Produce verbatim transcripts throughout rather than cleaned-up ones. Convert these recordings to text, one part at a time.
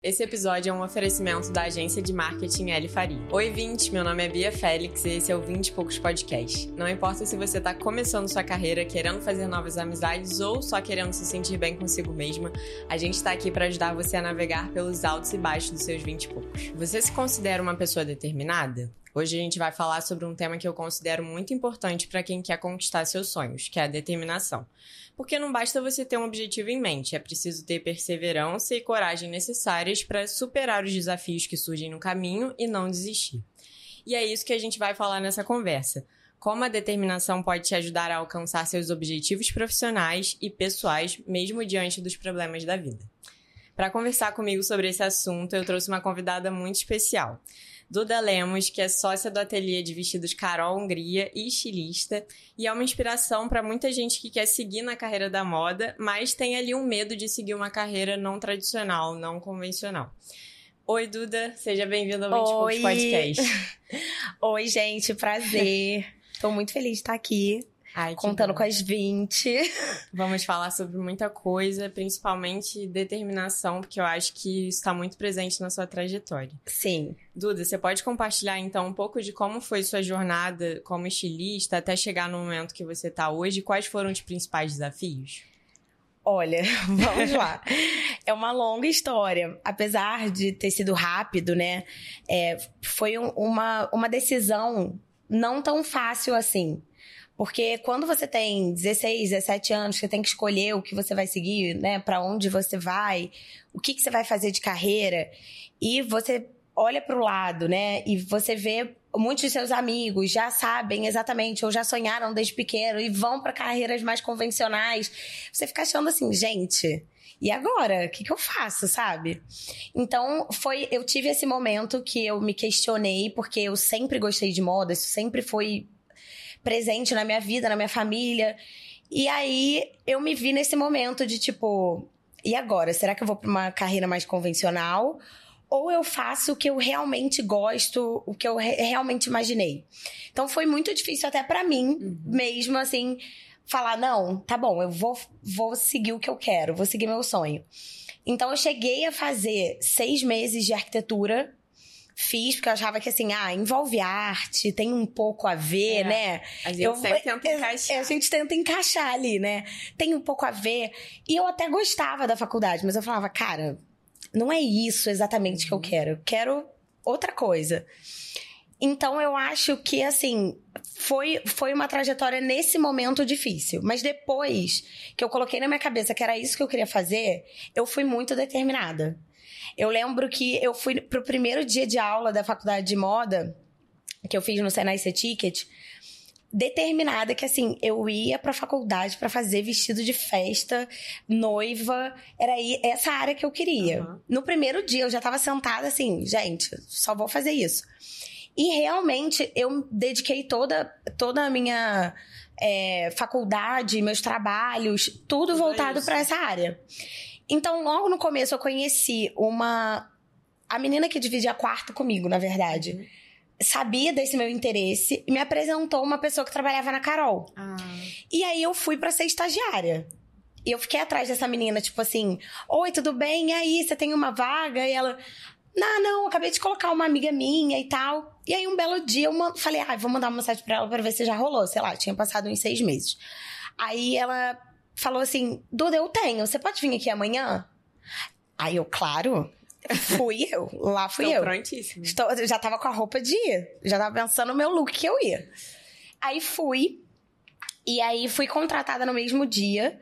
Esse episódio é um oferecimento da agência de marketing L Faria. Oi, vinte! Meu nome é Bia Félix e esse é o vinte e Poucos Podcast. Não importa se você está começando sua carreira, querendo fazer novas amizades ou só querendo se sentir bem consigo mesma, a gente está aqui para ajudar você a navegar pelos altos e baixos dos seus vinte e poucos. Você se considera uma pessoa determinada? Hoje a gente vai falar sobre um tema que eu considero muito importante para quem quer conquistar seus sonhos, que é a determinação. Porque não basta você ter um objetivo em mente, é preciso ter perseverança e coragem necessárias para superar os desafios que surgem no caminho e não desistir. E é isso que a gente vai falar nessa conversa. Como a determinação pode te ajudar a alcançar seus objetivos profissionais e pessoais, mesmo diante dos problemas da vida. Para conversar comigo sobre esse assunto, eu trouxe uma convidada muito especial. Duda Lemos, que é sócia do ateliê de vestidos Carol Hungria e estilista, e é uma inspiração para muita gente que quer seguir na carreira da moda, mas tem ali um medo de seguir uma carreira não tradicional, não convencional. Oi, Duda, seja bem-vinda ao vinte e Poucos Podcast. Oi, gente, prazer. Tô muito feliz de estar aqui. Ai, contando com as vinte. Vamos falar sobre muita coisa, principalmente determinação, porque eu acho que isso está muito presente na sua trajetória. Sim. Duda, você pode compartilhar então um pouco de como foi sua jornada como estilista até chegar no momento que você está hoje? Quais foram os principais desafios? Olha, vamos lá. É uma longa história. Apesar de ter sido rápido, né? É, foi um, uma, uma decisão não tão fácil assim. Porque quando você tem dezesseis, dezessete anos, você tem que escolher o que você vai seguir, né? Pra onde você vai, o que, que você vai fazer de carreira. E você olha pro lado, né? E você vê muitos de seus amigos já sabem exatamente, ou já sonharam desde pequeno e vão pra carreiras mais convencionais. Você fica achando assim, gente... E agora? O que, que eu faço, sabe? Então, foi, eu tive esse momento que eu me questionei, porque eu sempre gostei de moda, isso sempre foi presente na minha vida, na minha família. E aí, eu me vi nesse momento de tipo, e agora? Será que eu vou pra uma carreira mais convencional? Ou eu faço o que eu realmente gosto, o que eu re- realmente imaginei? Então, foi muito difícil até pra mim, uhum. mesmo assim, falar, não, tá bom, eu vou, vou seguir o que eu quero, vou seguir meu sonho. Então, eu cheguei a fazer seis meses de arquitetura. Fiz, porque eu achava que, assim, ah, envolve arte, tem um pouco a ver, é, né? A gente eu, sempre tenta encaixar. A gente tenta encaixar ali, né? Tem um pouco a ver. E eu até gostava da faculdade, mas eu falava, cara, não é isso exatamente uhum. que eu quero. Eu quero outra coisa. Então, eu acho que, assim, foi, foi uma trajetória nesse momento difícil. Mas depois que eu coloquei na minha cabeça que era isso que eu queria fazer, eu fui muito determinada. Eu lembro que eu fui pro primeiro dia de aula da faculdade de moda, que eu fiz no Senai C-Ticket, determinada que, assim, eu ia pra faculdade pra fazer vestido de festa, noiva, era aí, essa área que eu queria. Uhum. No primeiro dia, eu já tava sentada assim, gente, só vou fazer isso. E realmente, eu dediquei toda, toda a minha é, faculdade, meus trabalhos, tudo, tudo voltado é pra essa área. Então, logo no começo, eu conheci uma... A menina que dividia quarto comigo, na verdade. Uhum. Sabia desse meu interesse e me apresentou uma pessoa que trabalhava na Carol. Ah. E aí, eu fui pra ser estagiária. E eu fiquei atrás dessa menina, tipo assim... Oi, tudo bem? E aí, você tem uma vaga? E ela... Não, não, acabei de colocar uma amiga minha e tal. E aí, um belo dia, eu falei... Ah, vou mandar uma mensagem pra ela pra ver se já rolou. Sei lá, tinha passado uns seis meses. Aí, ela... falou assim, Duda, eu tenho, você pode vir aqui amanhã? Aí eu, claro, fui eu, lá fui Estou eu. Prontíssima. Estou, eu já tava com a roupa de ir, já tava pensando no meu look que eu ia. Aí fui, e aí fui contratada no mesmo dia,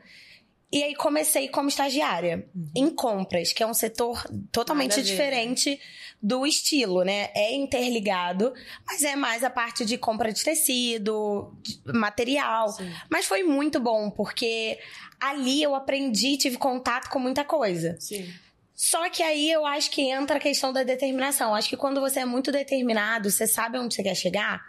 e aí comecei como estagiária, uhum. em compras, que é um setor totalmente diferente do estilo, né? É interligado, mas é mais a parte de compra de tecido, de material. Sim. Mas foi muito bom, porque ali eu aprendi, tive contato com muita coisa. Sim. Só que aí eu acho que entra a questão da determinação. Acho que quando você é muito determinado, você sabe onde você quer chegar,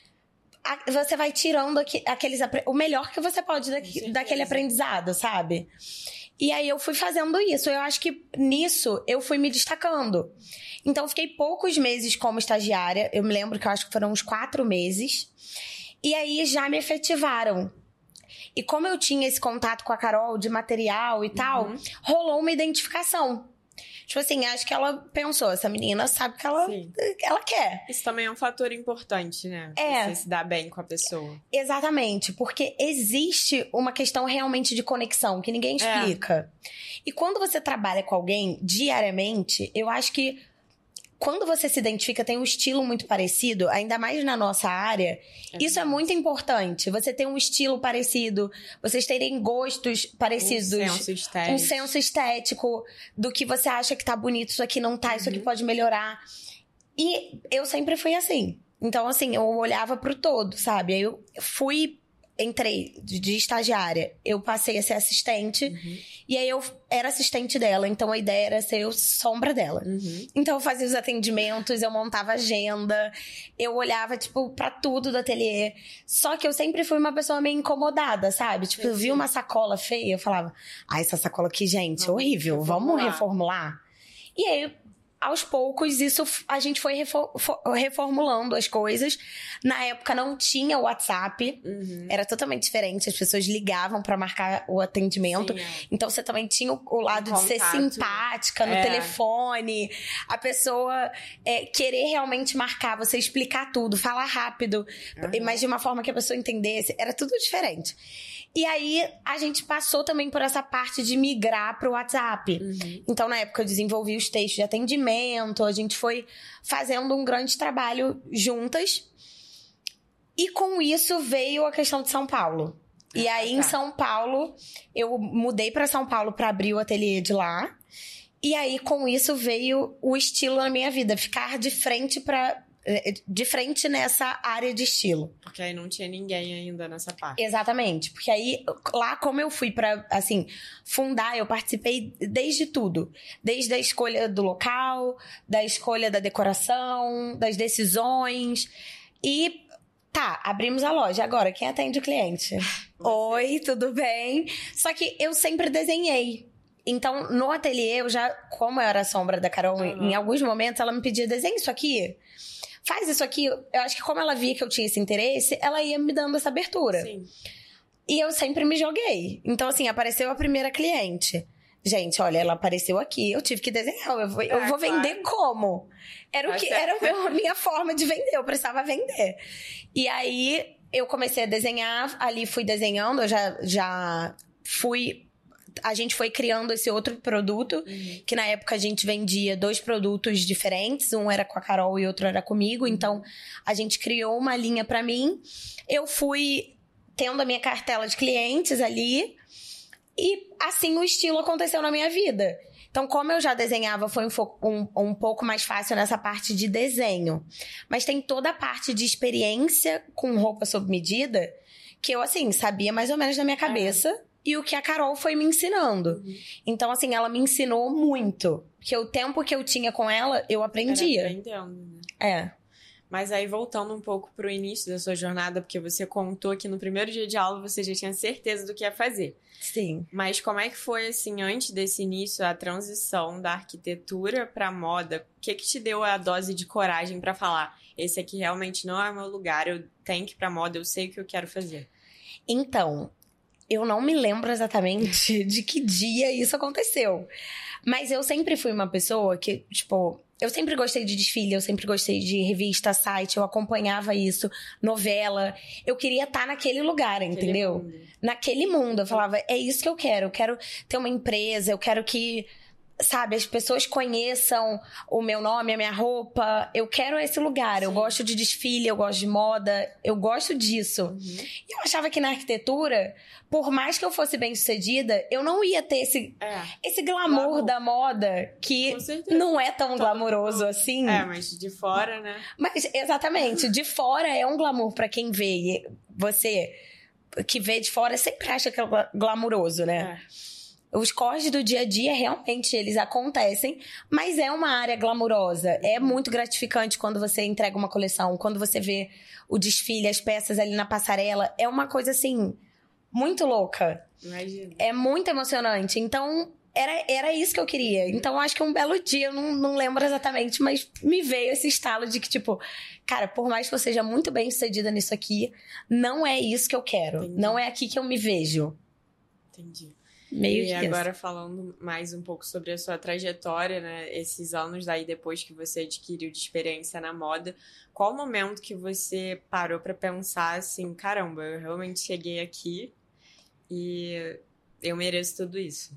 você vai tirando aqueles, o melhor que você pode daqui, daquele aprendizado, sabe? E aí eu fui fazendo isso. Eu acho que nisso eu fui me destacando. Então, eu fiquei poucos meses como estagiária. Eu me lembro que eu acho que foram uns quatro meses. E aí já me efetivaram. E como eu tinha esse contato com a Carol de material e tal, uhum. rolou uma identificação. Tipo assim, acho que ela pensou, essa menina sabe que ela, ela quer. Isso também é um fator importante, né? É. Você se dá bem com a pessoa. Exatamente, porque existe uma questão realmente de conexão que ninguém explica. É. E quando você trabalha com alguém diariamente, eu acho que quando você se identifica, tem um estilo muito parecido, ainda mais na nossa área, é isso é muito importante. Você tem um estilo parecido, vocês terem gostos parecidos. Um senso estético. Um senso estético do que você acha que tá bonito, isso aqui não tá, uhum. Isso aqui pode melhorar. E eu sempre fui assim. Então, assim, eu olhava pro todo, sabe? Aí eu fui... Entrei de estagiária, eu passei a ser assistente, uhum. E aí eu era assistente dela, então a ideia era ser o sombra dela. Uhum. Então eu fazia os atendimentos, eu montava agenda, eu olhava, tipo, pra tudo do ateliê. Só que eu sempre fui uma pessoa meio incomodada, sabe? Tipo, eu via uma sacola feia, eu falava, ah, essa sacola aqui, gente, vamos horrível, reformular. vamos reformular. E aí... Aos poucos, isso a gente foi reformulando as coisas. Na época não tinha WhatsApp, uhum. Era totalmente diferente. As pessoas ligavam pra marcar o atendimento. Sim, é. Então você também tinha o lado um de ser simpática no é. telefone, a pessoa é, querer realmente marcar, você explicar tudo, falar rápido, uhum. Mas de uma forma que a pessoa entendesse. Era tudo diferente. E aí, a gente passou também por essa parte de migrar pro WhatsApp. Uhum. Então, na época, eu desenvolvi os textos de atendimento. A gente foi fazendo um grande trabalho juntas. E com isso, veio a questão de São Paulo. E aí, ah, tá. Em São Paulo, eu mudei pra São Paulo pra abrir o ateliê de lá. E aí, com isso, veio o estilo na minha vida. Ficar de frente pra... de frente nessa área de estilo. Porque aí não tinha ninguém ainda nessa parte. Exatamente. Porque aí, lá como eu fui pra, assim, fundar, eu participei desde tudo. Desde a escolha do local, da escolha da decoração, das decisões. E, tá, abrimos a loja. Agora, quem atende o cliente? Oi, tudo bem? Só que eu sempre desenhei. Então, no ateliê, eu já, como eu era a sombra da Carol, uhum. Em alguns momentos ela me pedia, desenha isso aqui. Faz isso aqui. Eu acho que como ela via que eu tinha esse interesse, ela ia me dando essa abertura. Sim. E eu sempre me joguei. Então, assim, apareceu a primeira cliente. Gente, olha, ela apareceu aqui, eu tive que desenhar. Eu vou, é, eu vou claro. Vender como? Era, o que, era a minha forma de vender, eu precisava vender. E aí, eu comecei a desenhar, ali fui desenhando, eu já, já fui... A gente foi criando esse outro produto, uhum. Que na época a gente vendia dois produtos diferentes. Um era com a Carol e outro era comigo. Uhum. Então, a gente criou uma linha pra mim. Eu fui tendo a minha cartela de clientes ali. E assim o estilo aconteceu na minha vida. Então, como eu já desenhava, foi um, um, um pouco mais fácil nessa parte de desenho. Mas tem toda a parte de experiência com roupa sob medida, que eu, assim, sabia mais ou menos na minha cabeça. É. E o que a Carol foi me ensinando. Uhum. Então, assim, ela me ensinou muito. Porque o tempo que eu tinha com ela, eu aprendia. Era aprendendo, né? É. Mas aí, voltando um pouco pro início da sua jornada, porque você contou que no primeiro dia de aula você já tinha certeza do que ia fazer. Sim. Mas como é que foi, assim, antes desse início, a transição da arquitetura pra moda? O que que te deu a dose de coragem pra falar, esse aqui realmente não é o meu lugar, eu tenho que ir pra moda, eu sei o que eu quero fazer? Então... Eu não me lembro exatamente de que dia isso aconteceu. Mas eu sempre fui uma pessoa que, tipo... Eu sempre gostei de desfile, eu sempre gostei de revista, site. Eu acompanhava isso, novela. Eu queria estar naquele lugar, naquele entendeu? Mundo. Naquele mundo. Eu falava, é isso que eu quero. Eu quero ter uma empresa, eu quero que... Sabe, as pessoas conheçam o meu nome, a minha roupa. Eu quero esse lugar. Sim. Eu gosto de desfile, eu gosto de moda. Eu gosto disso. Uhum. E eu achava que na arquitetura, por mais que eu fosse bem sucedida, eu não ia ter esse, é. esse glamour, glamour da moda, que não é tão glamouroso assim. É, mas de fora, né? Mas, exatamente. De fora é um glamour pra quem vê. Você que vê de fora sempre acha que é glamouroso, né? É. Os corres do dia a dia, realmente, eles acontecem, mas é uma área glamurosa. É muito gratificante quando você entrega uma coleção, quando você vê o desfile, as peças ali na passarela. É uma coisa, assim, muito louca. Imagina. É muito emocionante. Então, era, era isso que eu queria. Então, acho que um belo dia, eu não, não lembro exatamente, mas me veio esse estalo de que, tipo... Cara, por mais que eu seja muito bem sucedida nisso aqui, não é isso que eu quero. Entendi. Não é aqui que eu me vejo. Entendi. Meio e que agora isso. falando mais um pouco sobre a sua trajetória, né? Esses anos daí depois que você adquiriu de experiência na moda, qual o momento que você parou pra pensar assim, caramba, eu realmente cheguei aqui e eu mereço tudo isso?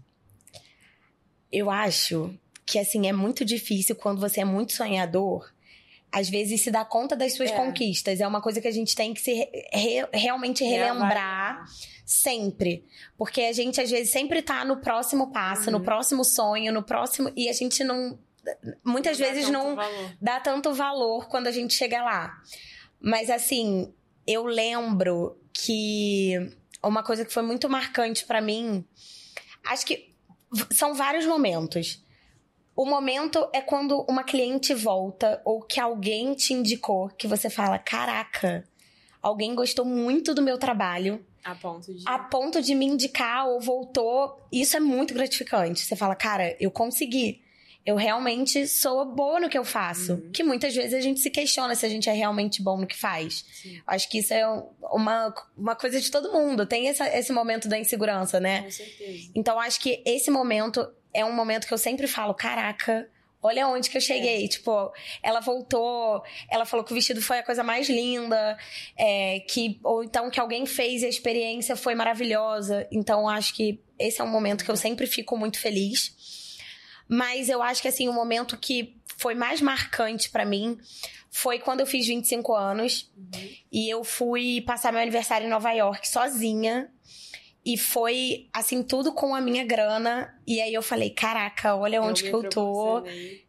Eu acho que, assim, é muito difícil quando você é muito sonhador, às vezes se dar conta das suas É. conquistas. É uma coisa que a gente tem que se re- realmente relembrar sempre. Porque a gente, às vezes, sempre tá no próximo passo, Uhum. no próximo sonho, no próximo... E a gente não... Muitas Não dá vezes tanto não valor. dá tanto valor quando a gente chega lá. Mas, assim, eu lembro que uma coisa que foi muito marcante pra mim... Acho que v- são vários momentos. O momento é quando uma cliente volta ou que alguém te indicou, que você fala, caraca, alguém gostou muito do meu trabalho, A ponto de... a ponto de me indicar ou voltou. Isso é muito gratificante. Você fala, cara, eu consegui. Eu realmente sou boa no que eu faço. Uhum. Que muitas vezes a gente se questiona se a gente é realmente bom no que faz. Sim. Acho que isso é uma, uma coisa de todo mundo. Tem essa, esse momento da insegurança, né? Com certeza. Então, acho que esse momento é um momento que eu sempre falo, caraca, olha onde que eu cheguei. É. Tipo, ela voltou, ela falou que o vestido foi a coisa mais linda, é, que, ou então que alguém fez e a experiência foi maravilhosa. Então, acho que esse é um momento que eu sempre fico muito feliz. Mas eu acho que, assim, o momento que foi mais marcante pra mim foi quando eu fiz vinte e cinco anos. Uhum. E eu fui passar meu aniversário em Nova York sozinha. E foi, assim, tudo com a minha grana. E aí eu falei, caraca, olha onde que eu tô.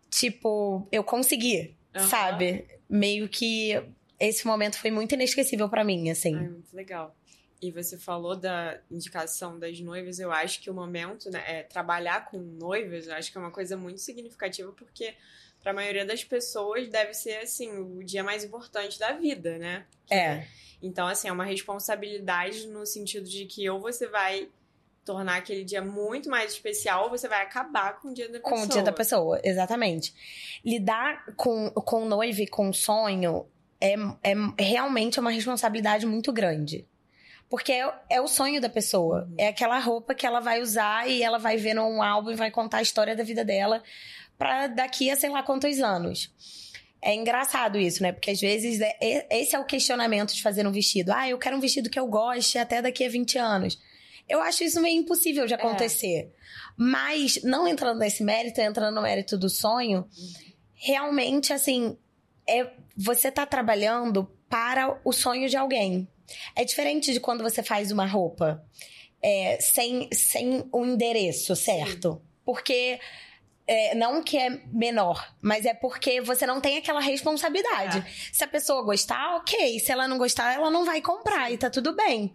Tipo, eu consegui, Uhum. sabe? Meio que esse momento foi muito inesquecível pra mim, assim. Ai, muito legal. E você falou da indicação das noivas, eu acho que o momento, né, é trabalhar com noivas, eu acho que é uma coisa muito significativa, porque para a maioria das pessoas deve ser, assim, o dia mais importante da vida, né? É. Então, assim, é uma responsabilidade no sentido de que ou você vai tornar aquele dia muito mais especial, ou você vai acabar com o dia da pessoa. Com o dia da pessoa, exatamente. Lidar com, com noiva e com sonho é, é realmente uma responsabilidade muito grande. Porque é, é o sonho da pessoa. Uhum. É aquela roupa que ela vai usar e ela vai ver num álbum e vai contar a história da vida dela pra daqui a sei lá quantos anos. É engraçado isso, né? Porque às vezes é, é, esse é o questionamento de fazer um vestido. Ah, eu quero um vestido que eu goste até daqui a vinte anos. Eu acho isso meio impossível de acontecer. É. Mas, não entrando nesse mérito, entrando no mérito do sonho, uhum. realmente, assim, é, você tá trabalhando para o sonho de alguém. É diferente de quando você faz uma roupa é, sem, sem um endereço, certo? Sim. Porque... É, não que é menor, mas é porque você não tem aquela responsabilidade. É. Se a pessoa gostar, ok. Se ela não gostar, ela não vai comprar e tá tudo bem.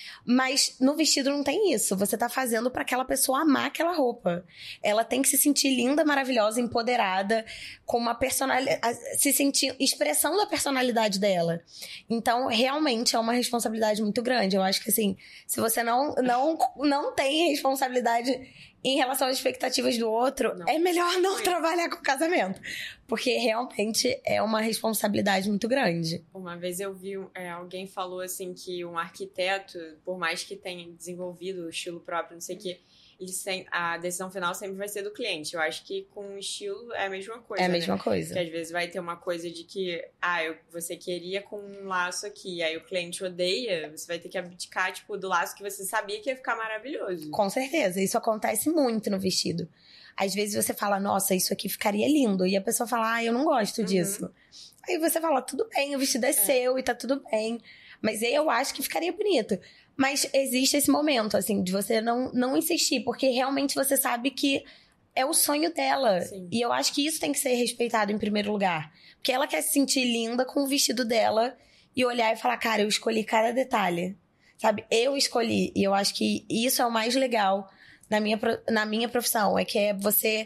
Mas no vestido não tem isso. Você tá fazendo pra aquela pessoa amar aquela roupa. Ela tem que se sentir linda, maravilhosa, empoderada, com uma personalidade, se sentir expressão da personalidade dela. Então, realmente é uma responsabilidade muito grande. Eu acho que, assim, se você não, não, não tem responsabilidade em relação às expectativas do outro, não. é melhor não Sim. trabalhar com casamento. Porque realmente é uma responsabilidade muito grande. Uma vez eu vi, é, alguém falou assim que um arquiteto, por mais que tenha desenvolvido o estilo próprio, não sei o quê, ele sem, a decisão final sempre vai ser do cliente. Eu acho que com o estilo é a mesma coisa, É a mesma né? coisa. Que às vezes vai ter uma coisa de que, ah, eu, você queria com um laço aqui, aí o cliente odeia, você vai ter que abdicar, tipo, do laço que você sabia que ia ficar maravilhoso. Com certeza, isso acontece muito no vestido. Às vezes você fala, nossa, isso aqui ficaria lindo, e a pessoa fala, ah, eu não gosto disso. Uhum. Aí você fala, tudo bem, o vestido é, é seu e tá tudo bem, mas eu acho que ficaria bonito. Mas existe esse momento, assim, de você não, não insistir, porque realmente você sabe que é o sonho dela. Sim. E eu acho que isso tem que ser respeitado em primeiro lugar. Porque ela quer se sentir linda com o vestido dela e olhar e falar, cara, eu escolhi cada detalhe. Sabe? Eu escolhi. E eu acho que isso é o mais legal na minha, na minha profissão. É que é você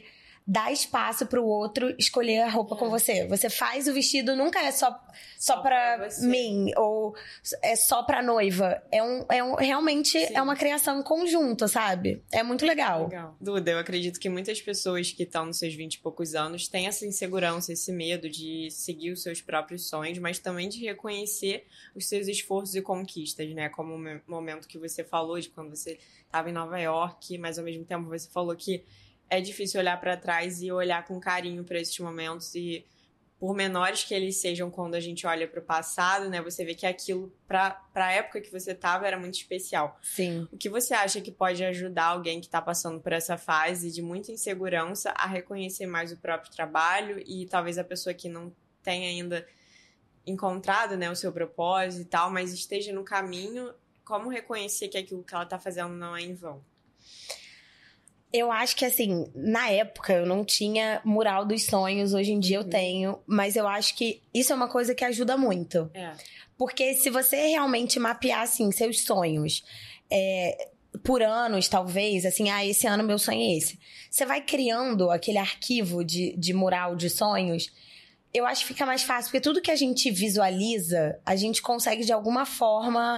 dá espaço pro outro escolher a roupa é. com você. Você faz o vestido, nunca é só, só, só pra, pra mim, ou é só pra noiva. É um, é um, realmente Sim. é uma criação em conjunto, sabe? É muito legal. legal. Duda, eu acredito que muitas pessoas que estão nos seus vinte e poucos anos têm essa insegurança, esse medo de seguir os seus próprios sonhos, mas também de reconhecer os seus esforços e conquistas, né? Como o momento que você falou de quando você estava em Nova York, mas ao mesmo tempo você falou que é difícil olhar para trás e olhar com carinho para esses momentos e, por menores que eles sejam, quando a gente olha para o passado, né, você vê que aquilo, para a época que você estava, era muito especial. Sim. O que você acha que pode ajudar alguém que está passando por essa fase de muita insegurança a reconhecer mais o próprio trabalho e talvez a pessoa que não tenha ainda encontrado, né, o seu propósito e tal, mas esteja no caminho, como reconhecer que aquilo que ela está fazendo não é em vão? Eu acho que, assim, na época eu não tinha mural dos sonhos, hoje em dia uhum. eu tenho, mas eu acho que isso é uma coisa que ajuda muito. É. Porque se você realmente mapear, assim, seus sonhos, é, por anos, talvez, assim, ah, esse ano meu sonho é esse. Você vai criando aquele arquivo de, de mural de sonhos, eu acho que fica mais fácil, porque tudo que a gente visualiza, a gente consegue, de alguma forma...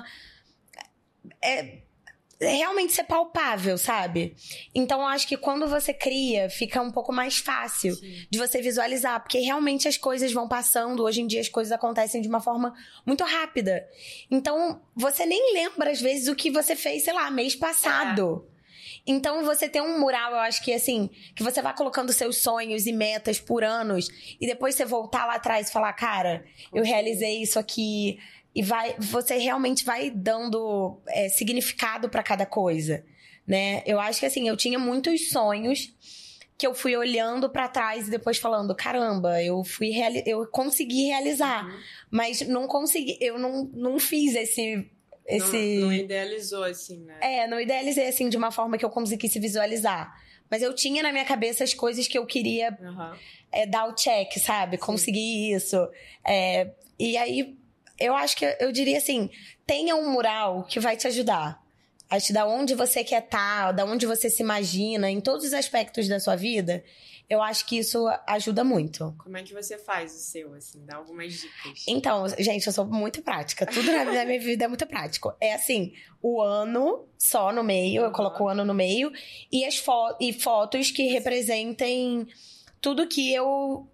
É, realmente ser palpável, sabe? Então, eu acho que quando você cria, fica um pouco mais fácil Sim. de você visualizar, porque realmente as coisas vão passando, hoje em dia as coisas acontecem de uma forma muito rápida. Então, você nem lembra, às vezes, o que você fez, sei lá, mês passado. É. Então, você tem um mural, eu acho que, assim, que você vai colocando seus sonhos e metas por anos, e depois você voltar lá atrás e falar, cara, eu realizei isso aqui... E vai, você realmente vai dando é, significado para cada coisa, né? Eu acho que, assim, eu tinha muitos sonhos que eu fui olhando para trás e depois falando, caramba, eu fui reali- eu consegui realizar, uhum. mas não consegui, eu não, não fiz esse... esse... Não, não idealizou, assim, né? É, não idealizei, assim, de uma forma que eu conseguisse visualizar. Mas eu tinha na minha cabeça as coisas que eu queria uhum. é, dar o check, sabe? Sim. Conseguir isso. É, e aí... Eu acho que eu diria assim, tenha um mural que vai te ajudar. A te dar onde você quer estar, da onde você se imagina, em todos os aspectos da sua vida. Eu acho que isso ajuda muito. Como é que você faz o seu, assim? Dá algumas dicas. Então, gente, eu sou muito prática. Tudo na minha vida é muito prático. É assim, o ano só no meio, uhum. eu coloco o ano no meio. E, as fo- e fotos que representem tudo que eu...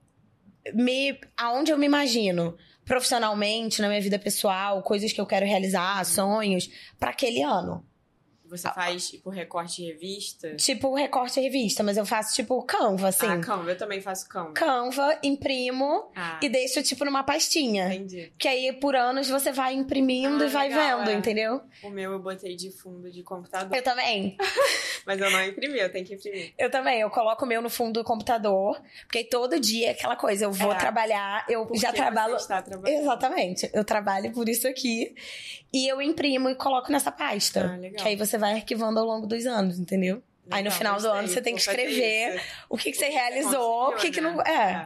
me aonde eu me imagino. Profissionalmente, na minha vida pessoal, coisas que eu quero realizar, sonhos, para aquele ano. Você faz, tipo, recorte de revista? Tipo, recorte de revista, mas eu faço, tipo, Canva, assim. Ah, Canva, eu também faço Canva. Canva, imprimo ah. e deixo, tipo, numa pastinha. Entendi. Que aí, por anos, você vai imprimindo ah, e vai legal, vendo, é. entendeu? O meu eu botei de fundo de computador. Eu também. Mas eu não imprimi, eu tenho que imprimir. Eu também, eu coloco o meu no fundo do computador, porque aí todo dia é aquela coisa, eu vou é. trabalhar, eu Porque já trabalho... Você está trabalhando. Exatamente, eu trabalho por isso aqui, e eu imprimo e coloco nessa pasta. Ah, legal. Que aí você vai arquivando ao longo dos anos, entendeu? Legal, aí no final do ano você tem que escrever o que, que você realizou, o que, que não... É.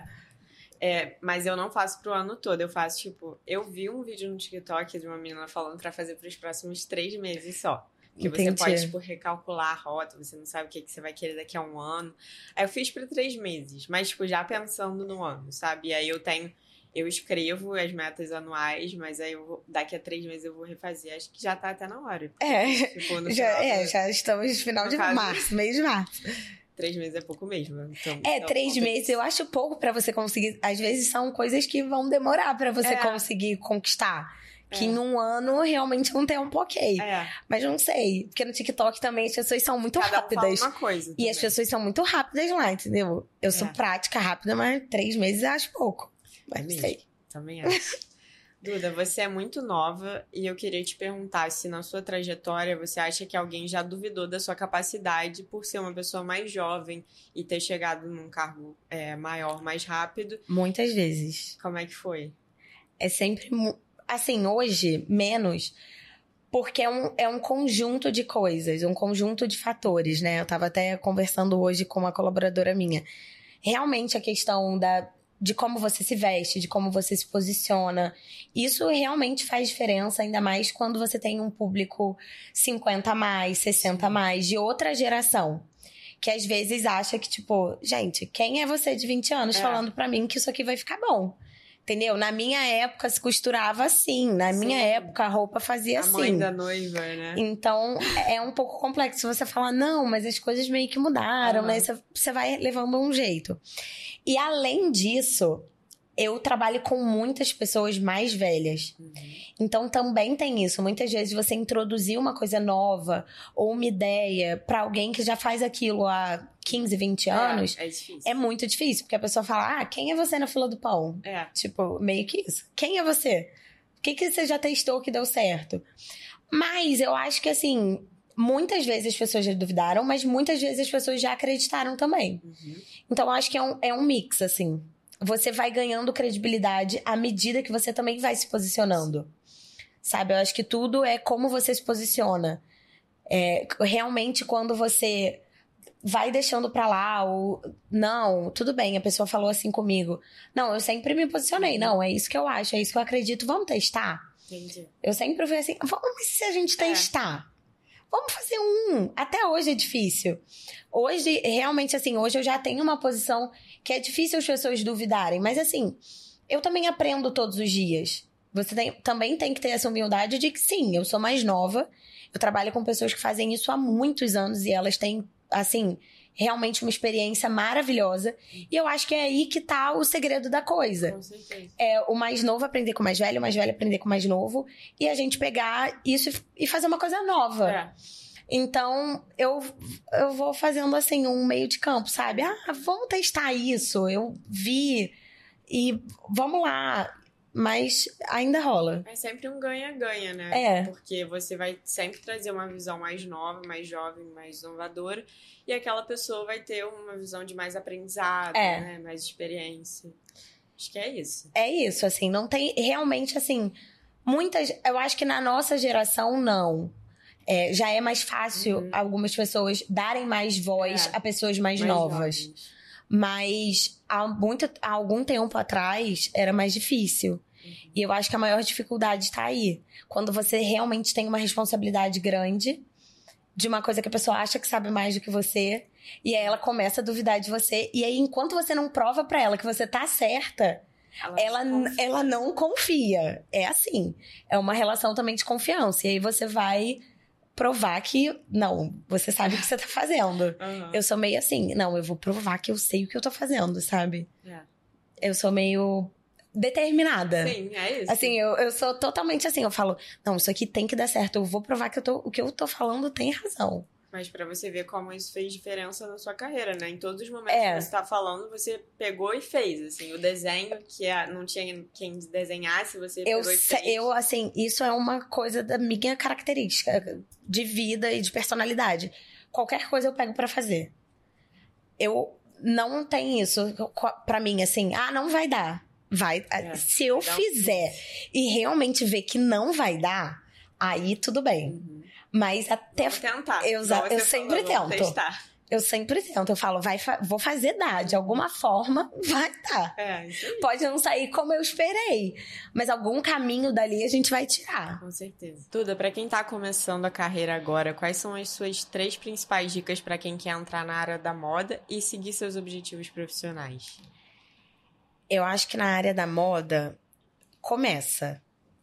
É, mas eu não faço pro ano todo, eu faço, tipo... Eu vi um vídeo no TikTok de uma menina falando pra fazer pros próximos três meses só. Que você pode, tipo, recalcular a rota, você não sabe o que, que você vai querer daqui a um ano. Aí eu fiz pra três meses, mas, tipo, já pensando no ano, sabe? E aí eu tenho... Eu escrevo as metas anuais, mas aí eu vou, daqui a três meses eu vou refazer. Acho que já tá até na hora. É, tipo, no já, é do... já estamos no final no de caso, março, mês de março. Três meses é pouco mesmo. Então, é, então, três meses eu acho pouco pra você conseguir. Às vezes são coisas que vão demorar pra você é. conseguir conquistar. Que é. em um ano realmente não tem um ok. É. Mas não sei. Porque no TikTok também as pessoas são muito Cada rápidas. Um fala uma coisa e também. as pessoas são muito rápidas lá, entendeu? Eu é. sou prática, rápida, mas três meses eu acho pouco. Mas não sei. Também acho. Duda, você é muito nova e eu queria te perguntar se na sua trajetória você acha que alguém já duvidou da sua capacidade por ser uma pessoa mais jovem e ter chegado num cargo é, maior, mais rápido. Muitas vezes. Como é que foi? É sempre... Assim, hoje, menos... Porque é um, é um conjunto de coisas, um conjunto de fatores, né? Eu tava até conversando hoje com uma colaboradora minha. Realmente a questão da... de como você se veste, de como você se posiciona. Isso realmente faz diferença, ainda mais quando você tem um público cinquenta a mais, sessenta a mais, de outra geração. que às vezes acha que, tipo, gente, quem é você de vinte anos é. falando pra mim que isso aqui vai ficar bom? Entendeu? Na minha época se costurava assim. Na Sim. minha época a roupa fazia a assim. A mãe da noiva, né? Então é um pouco complexo você falar, não, mas as coisas meio que mudaram, uhum. né? Você vai levando um jeito. E além disso, eu trabalho com muitas pessoas mais velhas. Uhum. Então também tem isso. Muitas vezes você introduzir uma coisa nova ou uma ideia pra alguém que já faz aquilo há quinze, vinte anos, é, é, difícil. É muito difícil. Porque a pessoa fala, ah, quem é você na fila do pão? É. Tipo, meio que isso. Quem é você? O que, que você já testou que deu certo? Mas eu acho que, assim, muitas vezes as pessoas já duvidaram, mas muitas vezes as pessoas já acreditaram também. Uhum. Então eu acho que é um, é um mix, assim. Você vai ganhando credibilidade à medida que você também vai se posicionando. Sabe? Eu acho que tudo é como você se posiciona. É, realmente, quando você vai deixando pra lá, ou não, tudo bem, a pessoa falou assim comigo. Não, eu sempre me posicionei. Não, é isso que eu acho, é isso que eu acredito. Vamos testar? Entendi. Eu sempre fui assim, vamos se a gente testar. É. Vamos fazer um. Até hoje é difícil. Hoje, realmente, assim, hoje eu já tenho uma posição que é difícil as pessoas duvidarem. Mas, assim, eu também aprendo todos os dias. Você tem, também tem que ter essa humildade de que, sim, eu sou mais nova. Eu trabalho com pessoas que fazem isso há muitos anos e elas têm, assim, realmente uma experiência maravilhosa. E eu acho que é aí que tá o segredo da coisa. Com certeza. É o mais novo aprender com o mais velho, o mais velho aprender com o mais novo. E a gente pegar isso e fazer uma coisa nova. É. Então, eu, eu vou fazendo, assim, um meio de campo, sabe? Ah, vamos testar isso. Eu vi e vamos lá. Mas ainda rola. É sempre um ganha-ganha, né? É. Porque você vai sempre trazer uma visão mais nova, mais jovem, mais inovadora. E aquela pessoa vai ter uma visão de mais aprendizado, é. né? Mais experiência. Acho que é isso. É isso, assim. Não tem... Realmente, assim... Muitas... Eu acho que na nossa geração, não. É, já é mais fácil uhum. algumas pessoas darem mais voz é. a pessoas mais, mais novas. Jovens. Mas há, muito, há algum tempo atrás era mais difícil. Uhum. E eu acho que a maior dificuldade está aí. Quando você realmente tem uma responsabilidade grande de uma coisa que a pessoa acha que sabe mais do que você. E aí ela começa a duvidar de você. E aí, enquanto você não prova pra ela que você tá certa, ela, ela, não, ela não confia. É assim. É uma relação também de confiança. E aí você vai provar que, não, você sabe o que você tá fazendo. Uhum. Eu sou meio assim, não, eu vou provar que eu sei o que eu tô fazendo, sabe? É. Eu sou meio determinada. Sim, é isso. Assim, eu, eu sou totalmente assim, eu falo, não, isso aqui tem que dar certo, eu vou provar que eu tô, o que eu tô falando tem razão. Mas pra você ver como isso fez diferença na sua carreira, né? Em todos os momentos é. que você tá falando, você pegou e fez, assim. O desenho, que não tinha quem desenhasse, você eu, pegou e fez. Eu, assim, isso é uma coisa da minha característica de vida e de personalidade. Qualquer coisa eu pego pra fazer. Eu não tenho isso pra mim, assim, ah, não vai dar. Vai, é. Se eu vai fizer um... e realmente ver que não vai dar, aí tudo bem. Uhum. Mas até... Vamos tentar. Eu, eu sempre falou, tento. Eu sempre tento. Eu falo, vai, vou fazer dar. De alguma forma, vai dar. É, isso aí. Pode não sair como eu esperei. Mas algum caminho dali a gente vai tirar. Com certeza. Tuda, pra quem tá começando a carreira agora, quais são as suas três principais dicas pra quem quer entrar na área da moda e seguir seus objetivos profissionais? Eu acho que na área da moda, começa.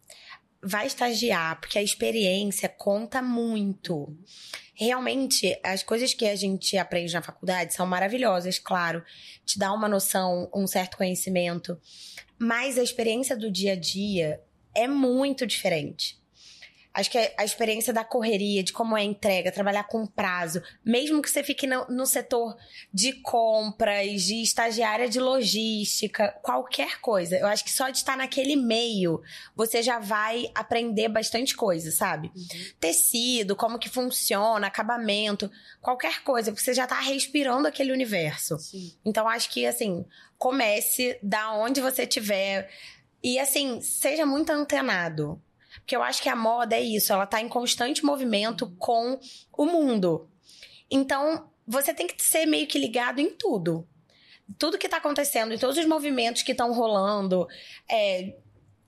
Vai estagiar, porque a experiência conta muito. Realmente, as coisas que a gente aprende na faculdade são maravilhosas, claro. Te dá uma noção, um certo conhecimento. Mas a experiência do dia a dia é muito diferente. Acho que a experiência da correria, de como é a entrega, trabalhar com prazo, mesmo que você fique no, no setor de compras, de estagiária de logística, qualquer coisa. Eu acho que só de estar naquele meio, você já vai aprender bastante coisa, sabe? Uhum. Tecido, como que funciona, acabamento, qualquer coisa, porque você já tá respirando aquele universo. Sim. Então, acho que, assim, comece da onde você estiver e, assim, seja muito antenado. Porque eu acho que a moda é isso, ela tá em constante movimento com o mundo. Então, você tem que ser meio que ligado em tudo. Tudo que tá acontecendo, em todos os movimentos que estão rolando. É,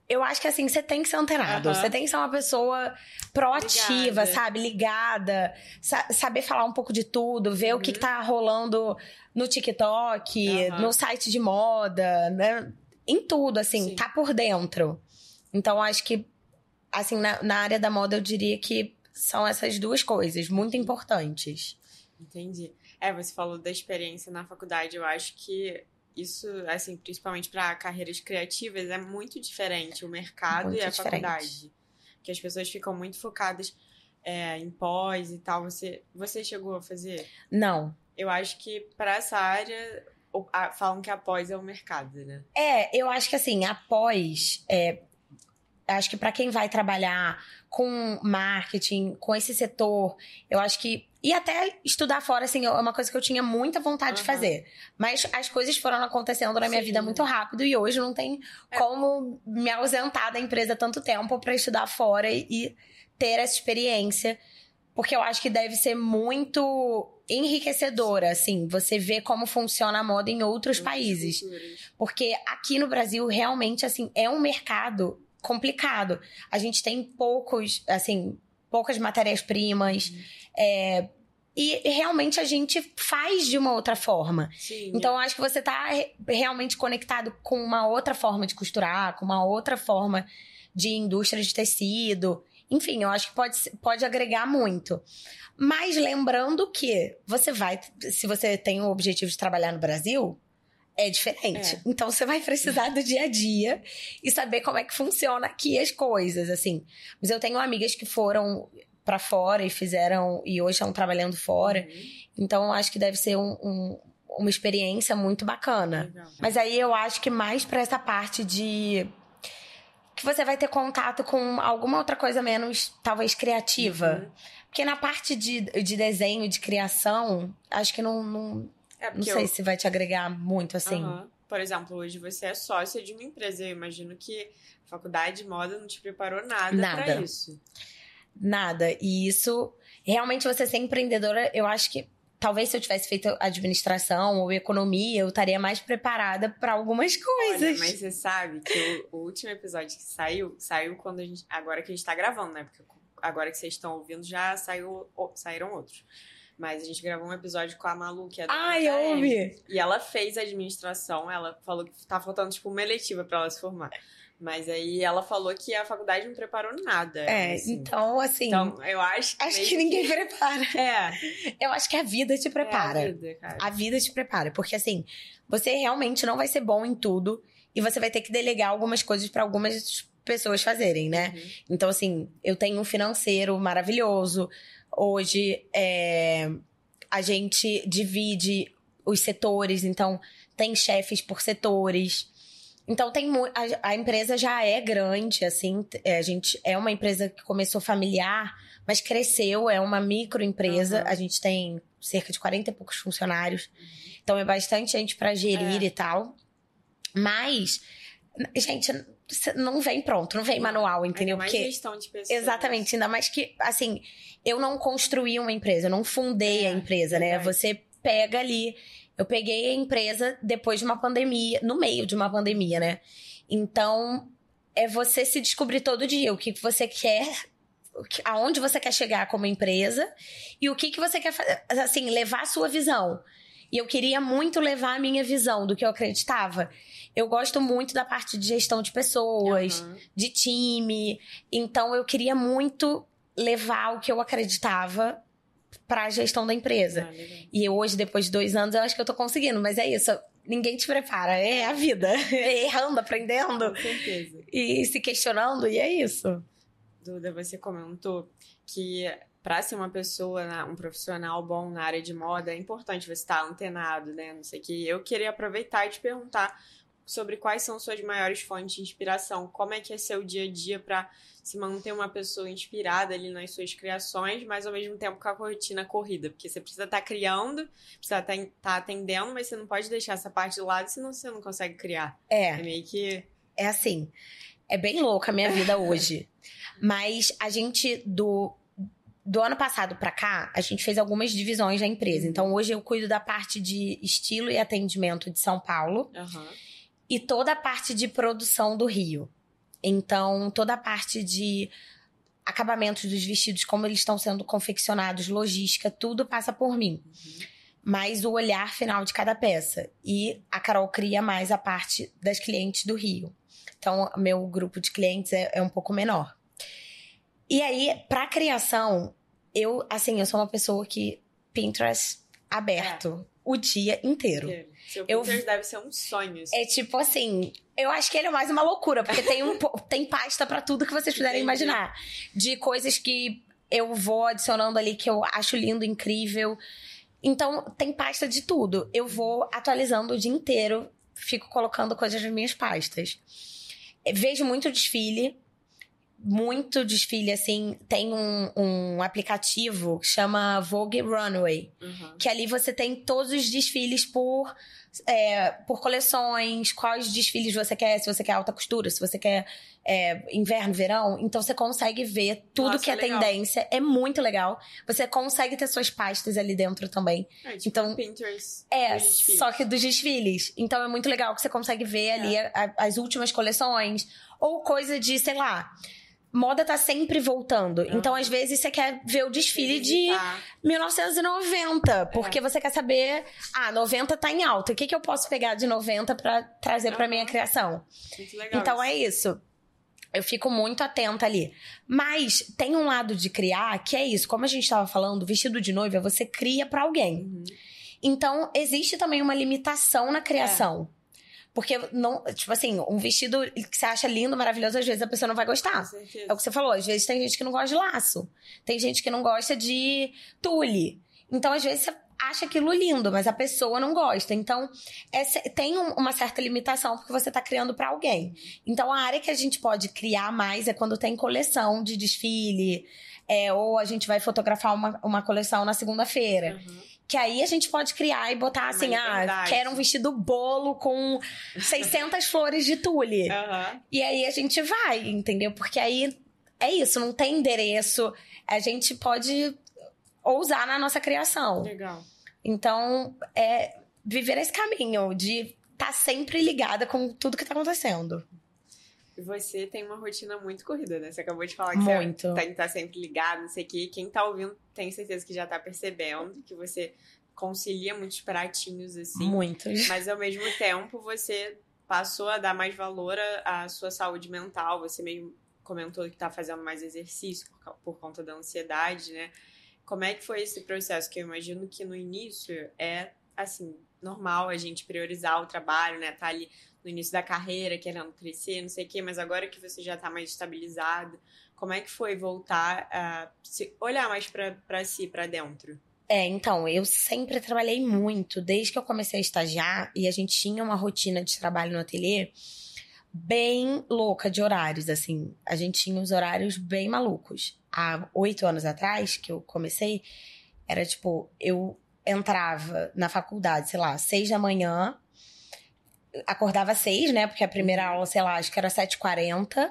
Eu acho que, assim, você tem que ser antenado. Você uhum. tem que ser uma pessoa proativa, ligada. sabe? Ligada. Sa- saber falar um pouco de tudo. Ver uhum. o que, que tá rolando no TikTok, uhum. no site de moda, né? Em tudo, assim. Sim. Tá por dentro. Então, acho que, assim, na, na área da moda, eu diria que são essas duas coisas muito importantes. Entendi. É, você falou da experiência na faculdade. Eu acho que isso, assim, principalmente para carreiras criativas, é muito diferente o mercado muito e a diferente. faculdade. Porque as pessoas ficam muito focadas é, em pós e tal. Você, você chegou a fazer? Não. Eu acho que para essa área, a, falam que a pós é o mercado, né? É, eu acho que assim, a pós... É, acho que para quem vai trabalhar com marketing, com esse setor, eu acho que... E até estudar fora, assim, é uma coisa que eu tinha muita vontade uhum. de fazer. Mas as coisas foram acontecendo na minha Sim. vida muito rápido e hoje não tem é. como me ausentar da empresa tanto tempo para estudar fora e, e ter essa experiência. Porque eu acho que deve ser muito enriquecedora, assim, você ver como funciona a moda em outros países. Porque aqui no Brasil, realmente, assim, é um mercado complicado. A gente tem poucos, assim, poucas matérias-primas, uhum. é, e realmente a gente faz de uma outra forma. Sim, então, é. eu acho que você tá realmente conectado com uma outra forma de costurar, com uma outra forma de indústria de tecido. Enfim, eu acho que pode, pode agregar muito. Mas lembrando que você vai... Se você tem o objetivo de trabalhar no Brasil, é diferente. É. Então, você vai precisar do dia a dia e saber como é que funciona aqui as coisas, assim. Mas eu tenho amigas que foram pra fora e fizeram... E hoje estão trabalhando fora. Uhum. Então, eu acho que deve ser um, um, uma experiência muito bacana. Legal. Mas aí, eu acho que mais pra essa parte de... que você vai ter contato com alguma outra coisa menos, talvez, criativa. Uhum. Porque na parte de, de desenho, de criação, acho que não... não, é não sei eu... se vai te agregar muito, assim. Uhum. Por exemplo, hoje você é sócia de uma empresa. Eu imagino que a faculdade de moda não te preparou nada, nada. pra isso. Nada. E isso... Realmente, você ser empreendedora, eu acho que... Talvez se eu tivesse feito administração ou economia, eu estaria mais preparada para algumas coisas. Olha, mas você sabe que o, o último episódio que saiu, saiu quando a gente... Agora que a gente tá gravando, né? Porque agora que vocês estão ouvindo, já saiu, saíram outros. Mas a gente gravou um episódio com a Malu, que é da Ai, eu ouvi! E ela fez administração, ela falou que tá faltando, tipo, uma eletiva pra ela se formar. Mas aí ela falou que a faculdade não preparou nada. É, assim. então, assim... Então, eu acho que... Acho que ninguém que... prepara. É. Eu acho que a vida te prepara. É a vida, cara. A vida te prepara. Porque, assim, você realmente não vai ser bom em tudo. E você vai ter que delegar algumas coisas pra algumas pessoas fazerem, né? Uhum. Então, assim, eu tenho um financeiro maravilhoso. Hoje, é... a gente divide os setores. Então, tem chefes por setores. Então, tem mu- a, a empresa já é grande, assim, é, a gente é uma empresa que começou familiar, mas cresceu, é uma microempresa, uhum. a gente tem cerca de quarenta e poucos funcionários, uhum. então é bastante gente pra gerir é. e tal, mas, gente, não vem pronto, não vem manual, entendeu? É mais Porque, gestão de pessoas. Exatamente, ainda mais que, assim, eu não construí uma empresa, eu não fundei é, a empresa, né? Verdade. Você pega ali... Eu peguei a empresa depois de uma pandemia, no meio de uma pandemia, né? Então, é você se descobrir todo dia o que você quer, aonde você quer chegar como empresa e o que, que você quer fazer, assim, levar a sua visão. E eu queria muito levar a minha visão do que eu acreditava. Eu gosto muito da parte de gestão de pessoas, uhum. de time. Então, eu queria muito levar o que eu acreditava pra gestão da empresa. Ah, e hoje, depois de dois anos, eu acho que eu tô conseguindo. Mas é isso, ninguém te prepara. É a vida. É errando, aprendendo. Com certeza. E se questionando, e é isso. Duda, você comentou que pra ser uma pessoa, um profissional bom na área de moda, é importante você estar antenado, né? Não sei o que. Eu queria aproveitar e te perguntar sobre quais são suas maiores fontes de inspiração. Como é que é seu dia a dia pra se manter uma pessoa inspirada ali nas suas criações, mas ao mesmo tempo com a rotina corrida, porque você precisa estar criando, precisa estar atendendo, mas você não pode deixar essa parte de lado, senão você não consegue criar. É. É meio que... É assim, é bem louca a minha vida hoje, mas a gente, do, do ano passado pra cá, a gente fez algumas divisões da empresa. Então, hoje eu cuido da parte de estilo e atendimento de São Paulo, uhum. e toda a parte de produção do Rio. Então, toda a parte de acabamentos dos vestidos, como eles estão sendo confeccionados, logística, tudo passa por mim. Uhum. Mas o olhar final de cada peça. E a Carol cria mais a parte das clientes do Rio. Então, meu grupo de clientes é, é um pouco menor. E aí, pra criação, eu, assim, eu sou uma pessoa que Pinterest aberto é. o dia inteiro. Seu Pinterest eu, deve ser um sonho. Assim. É tipo assim, eu acho que ele é mais uma loucura, porque tem, um, tem pasta pra tudo que vocês puderem Entendi. imaginar. De coisas que eu vou adicionando ali, que eu acho lindo, incrível. Então, tem pasta de tudo. Eu vou atualizando o dia inteiro, fico colocando coisas nas minhas pastas. Vejo muito desfile. Muito desfile, assim. Tem um, um aplicativo que chama Vogue Runway. Uhum. Que ali você tem todos os desfiles por, é, por coleções. Quais desfiles você quer. Se você quer alta costura, se você quer é, inverno, verão. Então você consegue ver tudo Nossa, que é, é tendência. É muito legal. Você consegue ter suas pastas ali dentro também. É, tipo então, Pinterest. É, só que dos desfiles. Então é muito legal que você consegue ver ali é. a, a, as últimas coleções. Ou coisa de, sei lá... Moda tá sempre voltando. Uhum. Então, às vezes, você quer ver o desfile de mil novecentos e noventa. Porque é. você quer saber... Ah, noventa tá em alta. O que, que eu posso pegar de noventa pra trazer uhum. pra minha criação? Muito legal então, isso. é isso. Eu fico muito atenta ali. Mas tem um lado de criar que é isso. Como a gente tava falando, vestido de noiva, você cria pra alguém. Uhum. Então, existe também uma limitação na criação. É. Porque, não, tipo assim, um vestido que você acha lindo, maravilhoso, às vezes a pessoa não vai gostar. Com certeza. É o que você falou. Às vezes tem gente que não gosta de laço. Tem gente que não gosta de tule. Então, às vezes, você acha aquilo lindo, mas a pessoa não gosta. Então, é, tem um, uma certa limitação, porque você tá criando pra alguém. Então, a área que a gente pode criar mais é quando tem coleção de desfile. É, ou a gente vai fotografar uma, uma coleção na segunda-feira. Uhum. Que aí a gente pode criar e botar assim, ah, quero um vestido bolo com seiscentas flores de tule. Uhum. E aí a gente vai, entendeu? Porque aí é isso, não tem endereço. A gente pode ousar na nossa criação. Legal. Então, é viver esse caminho de estar tá sempre ligada com tudo que tá acontecendo. E você tem uma rotina muito corrida, né? Você acabou de falar que muito. você tem que estar sempre ligado, não sei o quê. Quem tá ouvindo, tenho certeza que já tá percebendo que você concilia muitos pratinhos, assim. Muitos. Mas, ao mesmo tempo, você passou a dar mais valor à sua saúde mental. Você mesmo comentou que tá fazendo mais exercício por, por conta da ansiedade, né? Como é que foi esse processo? Que eu imagino que no início é, assim, normal a gente priorizar o trabalho, né? Tá ali no início da carreira, querendo crescer, não sei o quê, mas agora que você já tá mais estabilizado, como é que foi voltar a se olhar mais pra, pra si, pra dentro? É, então, eu sempre trabalhei muito, desde que eu comecei a estagiar, e a gente tinha uma rotina de trabalho no ateliê bem louca de horários, assim. A gente tinha os horários bem malucos. Há oito anos atrás, que eu comecei, era tipo, eu entrava na faculdade, sei lá, seis da manhã, acordava às seis, né? Porque a primeira aula, sei lá, acho que era sete e quarenta.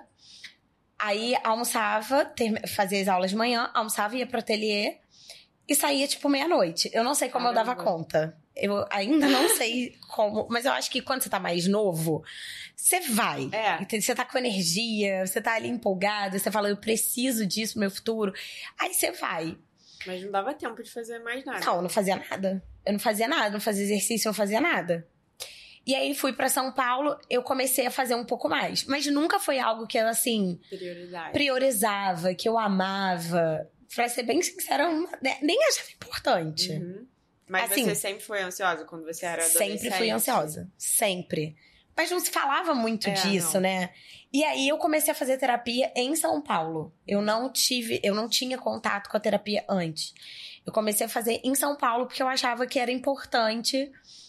Aí almoçava, ter, fazia as aulas de manhã, almoçava, ia pro ateliê e saía, tipo, meia-noite. Eu não sei como Caramba. eu dava conta. Eu ainda não sei como... Mas eu acho que quando você tá mais novo, você vai. É. Você tá com energia, você tá ali empolgado, você fala, eu preciso disso no meu futuro. Aí você vai. Mas não dava tempo de fazer mais nada. Não, eu não fazia nada. Eu não fazia nada, não fazia exercício, não fazia nada. E aí, fui pra São Paulo, eu comecei a fazer um pouco mais. Mas nunca foi algo que eu, assim... Prioridade. Priorizava, que eu amava. Pra ser bem sincera, nem achava importante. Uhum. Mas assim, você sempre foi ansiosa quando você era adolescente? Sempre fui ansiosa. Sempre. Mas não se falava muito é, disso, não. né? E aí, eu comecei a fazer terapia em São Paulo. Eu não tive... Eu não tinha contato com a terapia antes. Eu comecei a fazer em São Paulo porque eu achava que era importante...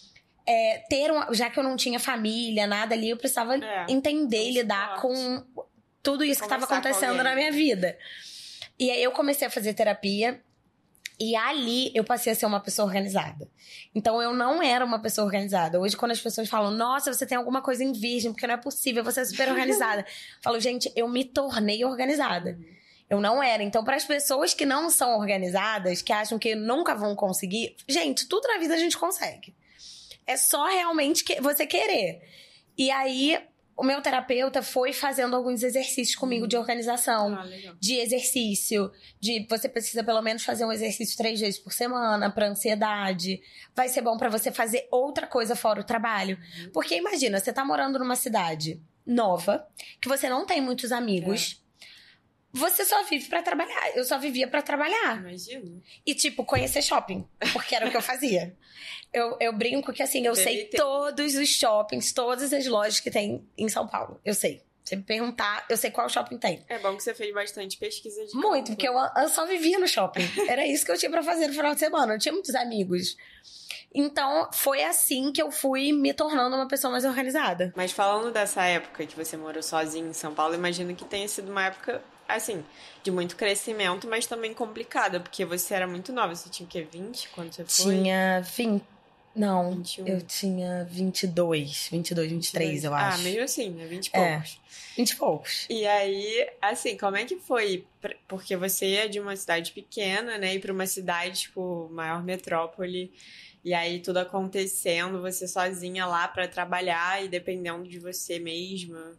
É, ter um, já que eu não tinha família, nada ali, eu precisava é, entender e lidar com tudo isso que estava acontecendo na minha vida. E aí eu comecei a fazer terapia e ali eu passei a ser uma pessoa organizada. Então eu não era uma pessoa organizada. Hoje, quando as pessoas falam, nossa, você tem alguma coisa em virgem, porque não é possível, você é super organizada. Eu falo, gente, eu me tornei organizada. Eu não era. Então, para as pessoas que não são organizadas, que acham que nunca vão conseguir, gente, tudo na vida a gente consegue. É só realmente que você querer. E aí, o meu terapeuta foi fazendo alguns exercícios comigo Uhum. de organização, Ah, legal. de exercício, de você precisa pelo menos fazer um exercício três vezes por semana pra ansiedade. Vai ser bom pra você fazer outra coisa fora o trabalho. Uhum. Porque imagina, você tá morando numa cidade nova, que você não tem muitos amigos. Você só vive pra trabalhar. Eu só vivia pra trabalhar. Imagina. E, tipo, conhecer shopping. Porque era o que eu fazia. Eu, eu brinco que, assim, eu Deve sei ter. todos os shoppings, todas as lojas que tem em São Paulo. Eu sei. Se me perguntar, eu sei qual shopping tem. É bom que você fez bastante pesquisa de Muito, campo. porque eu, eu só vivia no shopping. Era isso que eu tinha pra fazer no final de semana. Eu tinha muitos amigos. Então, foi assim que eu fui me tornando uma pessoa mais organizada. Mas falando dessa época que você morou sozinha em São Paulo, imagino que tenha sido uma época, assim, de muito crescimento, mas também complicada, porque você era muito nova. Você tinha o quê? vinte quando você foi? Tinha vinte... Não, vinte e um. eu tinha vinte e dois, vinte e dois, vinte e três, eu acho. Ah, mesmo assim, né? vinte e É. poucos. vinte e poucos. E aí, assim, como é que foi? Pra- Porque você é de uma cidade pequena, né? E pra uma cidade, tipo, maior metrópole. E aí, tudo acontecendo, você sozinha lá pra trabalhar e dependendo de você mesma.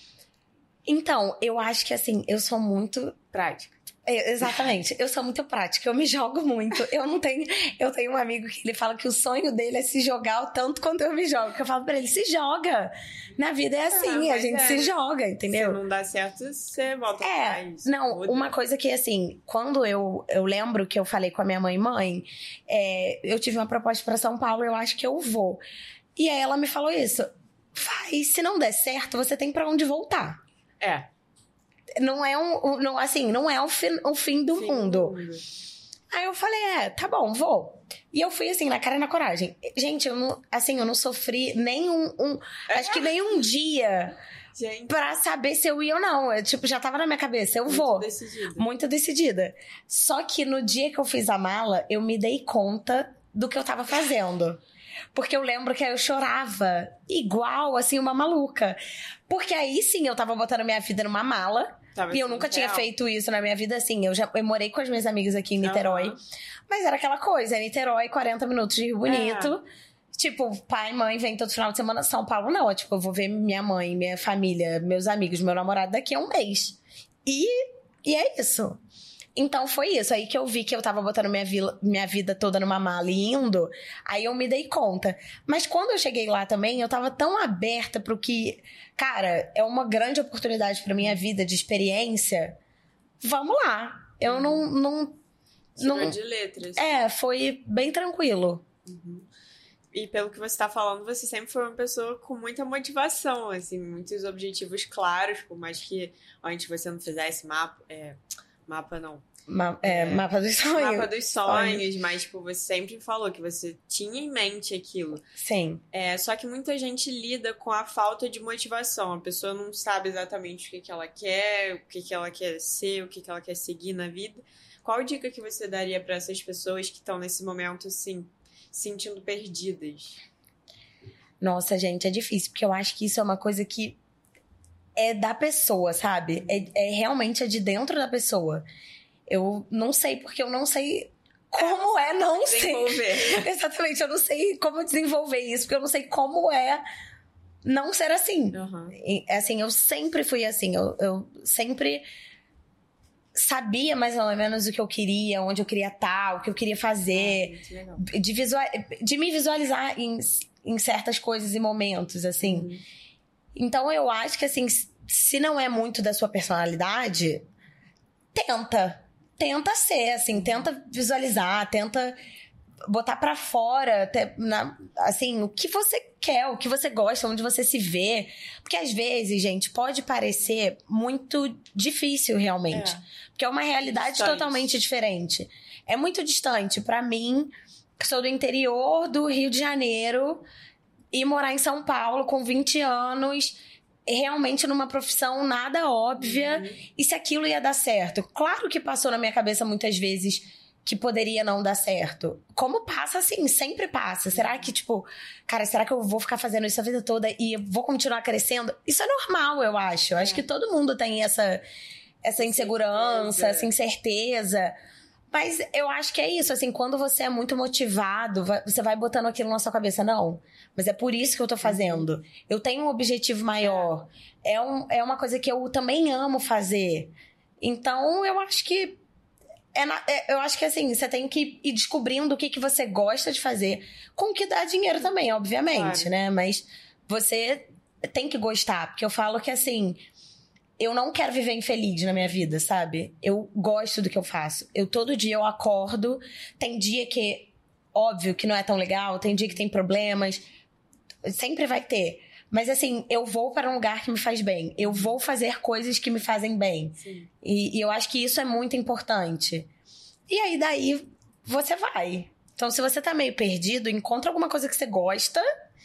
Então, eu acho que assim, eu sou muito. Prática. É, exatamente, eu sou muito prática, eu me jogo muito. Eu não tenho. Eu tenho um amigo que ele fala que o sonho dele é se jogar o tanto quanto eu me jogo. Que eu falo pra ele, se joga. Na vida é assim, Ah, a mas gente é. se joga, entendeu? Se não dá certo, você volta É, atrás. não, muda. uma coisa que, assim, quando eu, eu lembro que eu falei com a minha mãe, mãe, é, eu tive uma proposta pra São Paulo, eu acho que eu vou. E aí ela me falou isso, vai, se não der certo, você tem pra onde voltar. É. Não é um, não, assim, não é o fim, o fim do Fim mundo. do mundo. Aí eu falei, é, tá bom, vou. E eu fui assim, na cara e na coragem. Gente, eu não, assim, eu não sofri nem um, um acho que nem um dia Gente, pra saber se eu ia ou não. Eu, tipo, já tava na minha cabeça, eu muito vou. decidido. Muito decidida. Só que no dia que eu fiz a mala, eu me dei conta do que eu tava fazendo. Porque eu lembro que aí eu chorava igual, assim, uma maluca. Porque aí sim eu tava botando minha vida numa mala. Tava E eu assim, nunca tinha real. feito isso na minha vida, assim. Eu já eu morei com as minhas amigas aqui em Niterói. Aham. Mas era aquela coisa, Niterói, quarenta minutos de Rio Bonito. É. Tipo, pai, mãe, vem todo final de semana. São Paulo, não. É, tipo, eu vou ver minha mãe, minha família, meus amigos, meu namorado daqui a um mês. E, e é isso. Então foi isso. Aí que eu vi que eu tava botando minha, vila, minha vida toda numa mala e indo. Aí eu me dei conta. Mas quando eu cheguei lá também, eu tava tão aberta pro que... Cara, é uma grande oportunidade pra minha vida de experiência. Vamos lá. Eu não... não, Tirou não de letras. é, foi bem tranquilo. E pelo que você tá falando, você sempre foi uma pessoa com muita motivação, assim, muitos objetivos claros, por mais que antes você não fizesse mapa, é, mapa não, Ma- é, É. Mapa dos sonhos. mapa dos sonhos, mas tipo, você sempre falou que você tinha em mente aquilo. Sim. É, só que muita gente lida com a falta de motivação, a pessoa não sabe exatamente o que, que ela quer, o que, que ela quer ser, o que, que ela quer seguir na vida. Qual dica que você daria pra essas pessoas que estão nesse momento, assim, se sentindo perdidas? Nossa, gente, é difícil, porque eu acho que isso é uma coisa que é da pessoa, sabe? É, é realmente é de dentro da pessoa. Eu não sei, porque eu não sei como é, não sei. Desenvolver. Exatamente, eu não sei como desenvolver isso, porque eu não sei como é não ser assim. Aham. E, assim, eu sempre fui assim, eu, eu sempre sabia mais ou menos o que eu queria, onde eu queria estar, o que eu queria fazer, Muito legal. de, visual, de me visualizar em, em certas coisas e momentos, assim. Uhum. Então eu acho que, assim, se não é muito da sua personalidade, tenta. Tenta ser, assim, tenta visualizar, tenta botar pra fora, até na- assim, o que você quer, o que você gosta, onde você se vê. Porque às vezes, gente, pode parecer muito difícil realmente. É. Porque é uma realidade Distante. totalmente diferente. É muito distante. Pra mim, que sou do interior do Rio de Janeiro, e morar em São Paulo com vinte anos, realmente numa profissão nada óbvia, e se aquilo ia dar certo. Claro que passou na minha cabeça muitas vezes que poderia não dar certo. Como passa, assim, sempre passa. Será que, tipo, cara, será que eu vou ficar fazendo isso a vida toda e eu vou continuar crescendo? Isso é normal, eu acho. Eu acho É. que todo mundo tem essa, essa insegurança, Incerteza. essa incerteza. Mas eu acho que é isso, assim, quando você é muito motivado, você vai botando aquilo na sua cabeça. Não, mas é por isso que eu tô fazendo. Eu tenho um objetivo maior. É, um, é uma coisa que eu também amo fazer. Então, eu acho que... É na, é, eu acho que, assim, você tem que ir descobrindo o que, que você gosta de fazer. Com o que dá dinheiro também, obviamente, claro. Né? Mas você tem que gostar. Porque eu falo que, assim... Eu não quero viver infeliz na minha vida, sabe? Eu gosto do que eu faço. Eu todo dia eu acordo. Tem dia que, óbvio, que não é tão legal. Tem dia que tem problemas. Sempre vai ter. Mas assim, eu vou para um lugar que me faz bem. Eu vou fazer coisas que me fazem bem. E, e eu acho que isso é muito importante. E aí, daí, você vai. Então, se você tá meio perdido, encontra alguma coisa que você gosta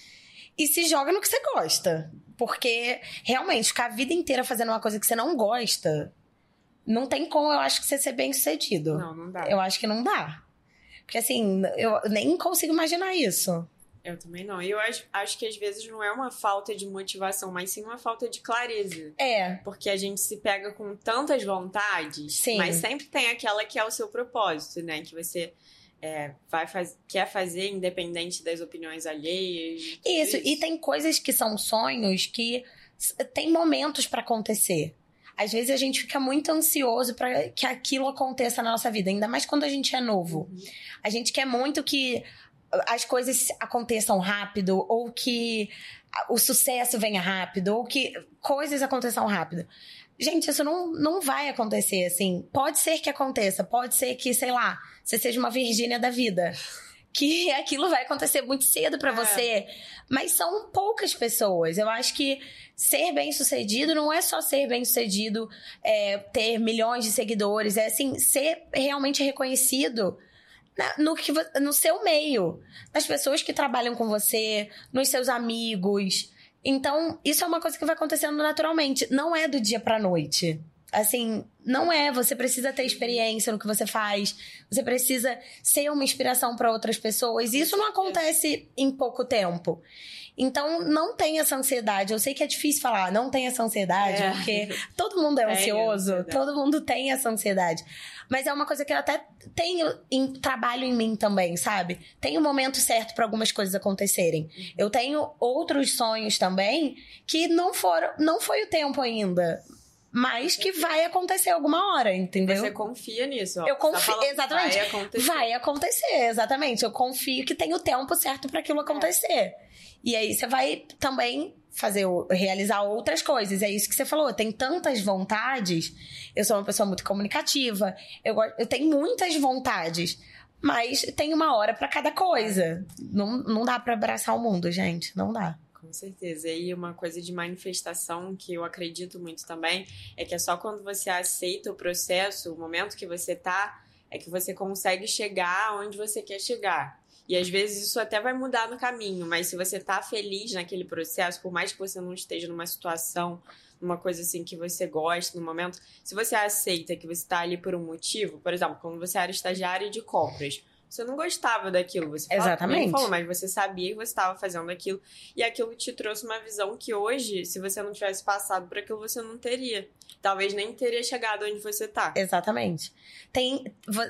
e se joga no que você gosta. Porque, realmente, ficar a vida inteira fazendo uma coisa que você não gosta, não tem como, eu acho, que você ser bem-sucedido. Não, não dá. Eu acho que não dá. Porque, assim, eu nem consigo imaginar isso. Eu também não. E eu acho, acho que, às vezes, não é uma falta de motivação, mas sim uma falta de clareza. É. Porque a gente se pega com tantas vontades, sim. Mas sempre tem aquela que é o seu propósito, né? Que você... É, vai faz... quer fazer independente das opiniões alheias. Isso. isso, e tem coisas que são sonhos que tem momentos pra acontecer. Às vezes a gente fica muito ansioso pra que aquilo aconteça na nossa vida, ainda mais quando a gente é novo. Uhum. A gente quer muito que as coisas aconteçam rápido, ou que o sucesso venha rápido, ou que coisas aconteçam rápido. Gente, isso não, não vai acontecer, assim. Pode ser que aconteça, pode ser que, sei lá, você seja uma Virgínia da vida. Que aquilo vai acontecer muito cedo pra é. você. Mas são poucas pessoas. Eu acho que ser bem-sucedido não é só ser bem-sucedido, é, ter milhões de seguidores. É, assim, ser realmente reconhecido no, que, no seu meio. Nas pessoas que trabalham com você, nos seus amigos... Então, isso é uma coisa que vai acontecendo naturalmente. Não é do dia pra noite. Assim, não é. Você precisa ter experiência no que você faz. Você precisa ser uma inspiração pra outras pessoas. E isso não acontece em pouco tempo. Então, não tenha essa ansiedade. Eu sei que é difícil falar, não tenha essa ansiedade, é. Porque todo mundo é ansioso. É todo mundo tem essa ansiedade. Mas é uma coisa que eu até tenho em trabalho em mim também, sabe? Tem um momento certo para algumas coisas acontecerem. Uhum. Eu tenho outros sonhos também que não foram, não foi o tempo ainda. Mas que vai acontecer alguma hora, entendeu? Você confia nisso, ó. Eu confio, tá exatamente. Vai acontecer. Vai acontecer, exatamente. Eu confio que tem o tempo certo para aquilo acontecer. É. E aí você vai também fazer, realizar outras coisas. É isso que você falou. Tem tantas vontades. Eu sou uma pessoa muito comunicativa. Eu, eu tenho muitas vontades. Mas tem uma hora para cada coisa. Não, não dá para abraçar o mundo, gente. Não dá. Com certeza. E uma coisa de manifestação que eu acredito muito também é que é só quando você aceita o processo, o momento que você tá, é que você consegue chegar onde você quer chegar. E às vezes isso até vai mudar no caminho, mas se você tá feliz naquele processo, por mais que você não esteja numa situação, numa coisa assim que você gosta no momento, se você aceita que você tá ali por um motivo, por exemplo, quando você era estagiária de compras, você não gostava daquilo, você fala, exatamente. Falou, mas você sabia que você estava fazendo aquilo, e aquilo te trouxe uma visão que hoje, se você não tivesse passado por aquilo, você não teria. Talvez nem teria chegado onde você tá. Exatamente. Tem,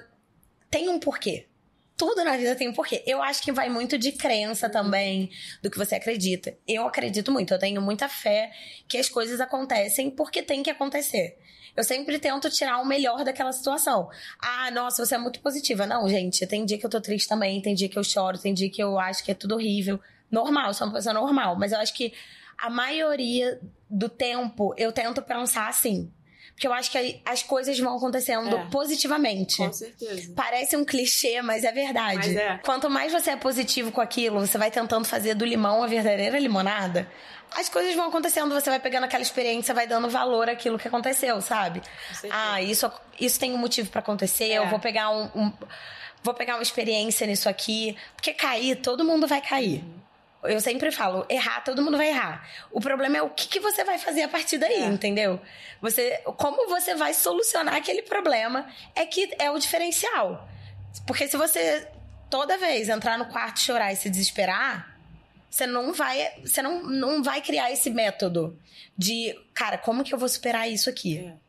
tem um porquê. Tudo na vida tem um porquê. Eu acho que vai muito de crença também, do que você acredita. Eu acredito muito, eu tenho muita fé que as coisas acontecem porque tem que acontecer. Eu sempre tento tirar o melhor daquela situação. Ah, nossa, você é muito positiva. Não, gente, tem dia que eu tô triste também, tem dia que eu choro, tem dia que eu acho que é tudo horrível. Normal, sou uma pessoa normal. Mas eu acho que a maioria do tempo eu tento pensar assim. Porque eu acho que as coisas vão acontecendo é, positivamente. Com certeza. Parece um clichê, mas é verdade. Mas é. Quanto mais você é positivo com aquilo, você vai tentando fazer do limão a verdadeira limonada, as coisas vão acontecendo, você vai pegando aquela experiência, vai dando valor àquilo que aconteceu, sabe? Ah, isso, isso tem um motivo pra acontecer, é. eu vou pegar um, um... Vou pegar uma experiência nisso aqui. Porque cair, todo mundo vai cair. Uhum. Eu sempre falo, errar, todo mundo vai errar. O problema é o que, que você vai fazer a partir daí, é. entendeu? Você, como você vai solucionar aquele problema é que é o diferencial. Porque se você toda vez entrar no quarto, chorar e se desesperar, você não vai, você não, não vai criar esse método de, cara, como que eu vou superar isso aqui? É.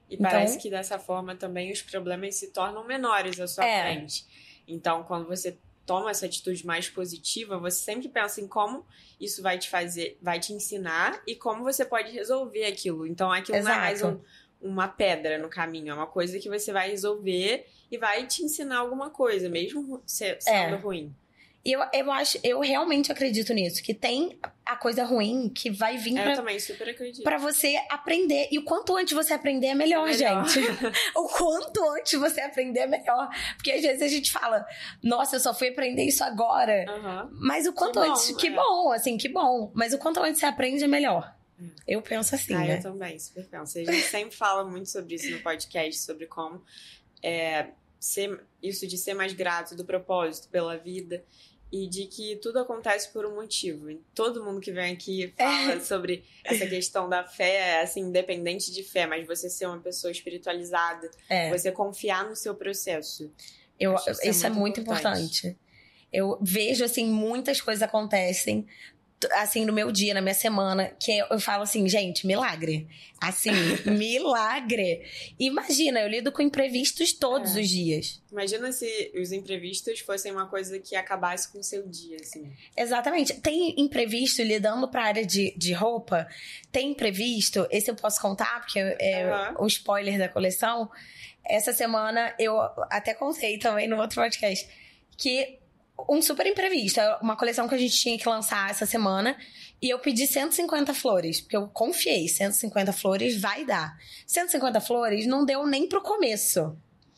E Então... parece que dessa forma também os problemas se tornam menores à sua É. frente. Então, quando você toma essa atitude mais positiva, você sempre pensa em como isso vai te fazer, vai te ensinar e como você pode resolver aquilo. Então, aquilo Exato. não é mais um, uma pedra no caminho, é uma coisa que você vai resolver e vai te ensinar alguma coisa, mesmo se- sendo É. ruim. E eu, eu acho, eu realmente acredito nisso, que tem a coisa ruim que vai vir Eu pra, também super acredito. pra você aprender. E o quanto antes você aprender é melhor, É melhor. gente. O quanto antes você aprender é melhor. Porque às vezes a gente fala, nossa, eu só fui aprender isso agora. Aham. Mas o quanto Que bom, antes. Que é. bom, assim, que bom. Mas o quanto antes você aprende é melhor. Eu penso assim, Ah, né? eu também, super penso. A gente sempre fala muito sobre isso no podcast, sobre como é, ser, isso de ser mais grato, do propósito pela vida e de que tudo acontece por um motivo. E todo mundo que vem aqui fala É. sobre essa questão da fé, assim, independente de fé, mas você ser uma pessoa espiritualizada, É. você confiar no seu processo. Eu, Acho isso, isso é é muito muito importante. importante. Eu vejo, assim, muitas coisas acontecem, t- assim, no meu dia, na minha semana, que eu, eu falo assim, gente, milagre. Assim, milagre. Imagina, eu lido com imprevistos todos É. os dias. Imagina se os imprevistos fossem uma coisa que acabasse com o seu dia, assim. Exatamente. Tem imprevisto, lidando pra área de, de roupa, tem imprevisto, esse eu posso contar, porque é Aham. o spoiler da coleção. Essa semana, eu até contei também no outro podcast, que um super imprevisto, é uma coleção que a gente tinha que lançar essa semana, e eu pedi cento e cinquenta flores, porque eu confiei, cento e cinquenta flores vai dar. cento e cinquenta flores não deu nem pro começo.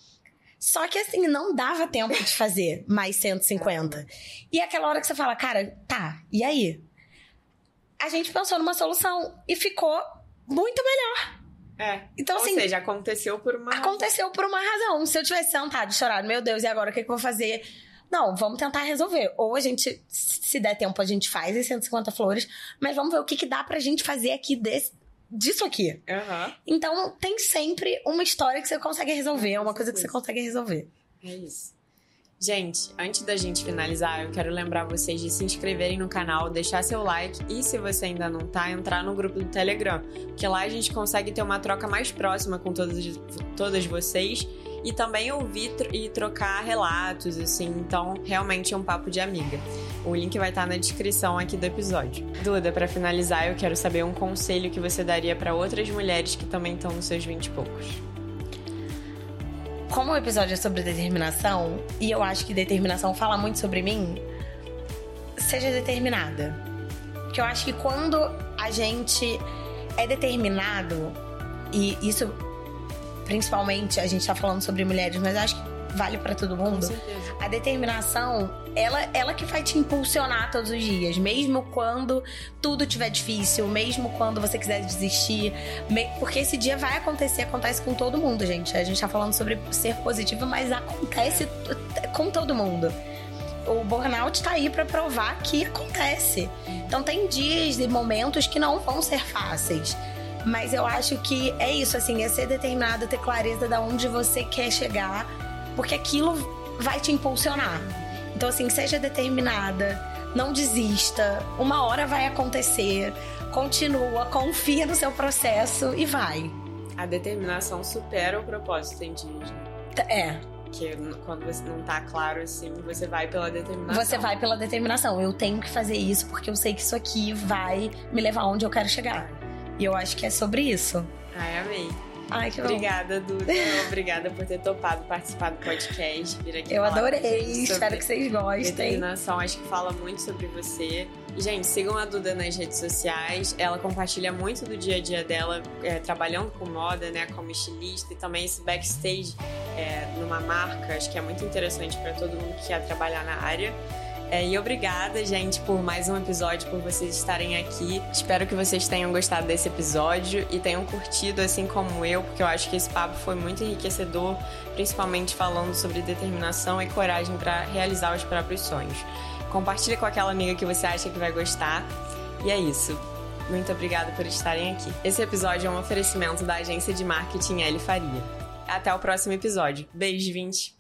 Só que assim, não dava tempo de fazer mais cento e cinquenta. E é aquela hora que você fala, cara, tá, e aí? A gente pensou numa solução e ficou muito melhor. É. Então, Ou assim, seja, aconteceu por uma razão. aconteceu por uma razão. Se eu tivesse sentado e chorado, meu Deus, e agora o que, que eu vou fazer? Não, vamos tentar resolver. Ou a gente, se der tempo, a gente faz as cento e cinquenta flores, mas vamos ver o que, que dá pra gente fazer aqui desse, disso aqui. Aham. Então, tem sempre uma história que você consegue resolver, É, uma com coisa que você certeza. consegue resolver. É isso. Gente, antes da gente finalizar, eu quero lembrar vocês de se inscreverem no canal, deixar seu like e, se você ainda não tá, entrar no grupo do Telegram, porque lá a gente consegue ter uma troca mais próxima com todas, todas vocês e também ouvir tro- e trocar relatos, assim, então realmente é um papo de amiga. O link vai estar na descrição aqui do episódio. Duda, pra finalizar, eu quero saber um conselho que você daria pra outras mulheres que também estão nos seus vinte e poucos. Como o episódio é sobre determinação, e eu acho que determinação fala muito sobre mim, seja determinada. Porque eu acho que quando a gente é determinado, e isso principalmente a gente tá falando sobre mulheres, mas eu acho que vale pra todo Com mundo. certeza. A determinação, ela, ela que vai te impulsionar todos os dias, mesmo quando tudo estiver difícil, mesmo quando você quiser desistir, me- porque esse dia vai acontecer, acontece com todo mundo, gente. A gente tá falando sobre ser positivo, mas acontece t- com todo mundo. O burnout tá aí pra provar que acontece. Então tem dias e momentos que não vão ser fáceis. Mas eu acho que é isso, assim, é ser determinado, ter clareza de onde você quer chegar, porque aquilo vai te impulsionar. Então, assim, seja determinada, não desista, uma hora vai acontecer, continua, confia no seu processo e vai. A determinação supera o propósito, tem dias, né? É, Que quando você não tá claro assim, você vai pela determinação. você vai pela determinação. Eu tenho que fazer isso porque eu sei que isso aqui vai me levar onde eu quero chegar. E eu acho que é sobre isso. Ai, amei. Ai, que bom. Obrigada, Duda. Obrigada por ter topado participar do podcast. Vir aqui Eu falar com a adorei, gente sobre espero que vocês gostem. determinação. Acho que fala muito sobre você. E, gente, sigam a Duda nas redes sociais. Ela compartilha muito do dia a dia dela, é, trabalhando com moda, né? Como estilista. E também esse backstage é, numa marca. Acho que é muito interessante para todo mundo que quer trabalhar na área. É, e obrigada, gente, por mais um episódio, por vocês estarem aqui. Espero que vocês tenham gostado desse episódio e tenham curtido, assim como eu, porque eu acho que esse papo foi muito enriquecedor, principalmente falando sobre determinação e coragem para realizar os próprios sonhos. Compartilha com aquela amiga que você acha que vai gostar. E é isso. Muito obrigada por estarem aqui. Esse episódio é um oferecimento da agência de marketing L Faria. Até o próximo episódio. Beijo, vinte!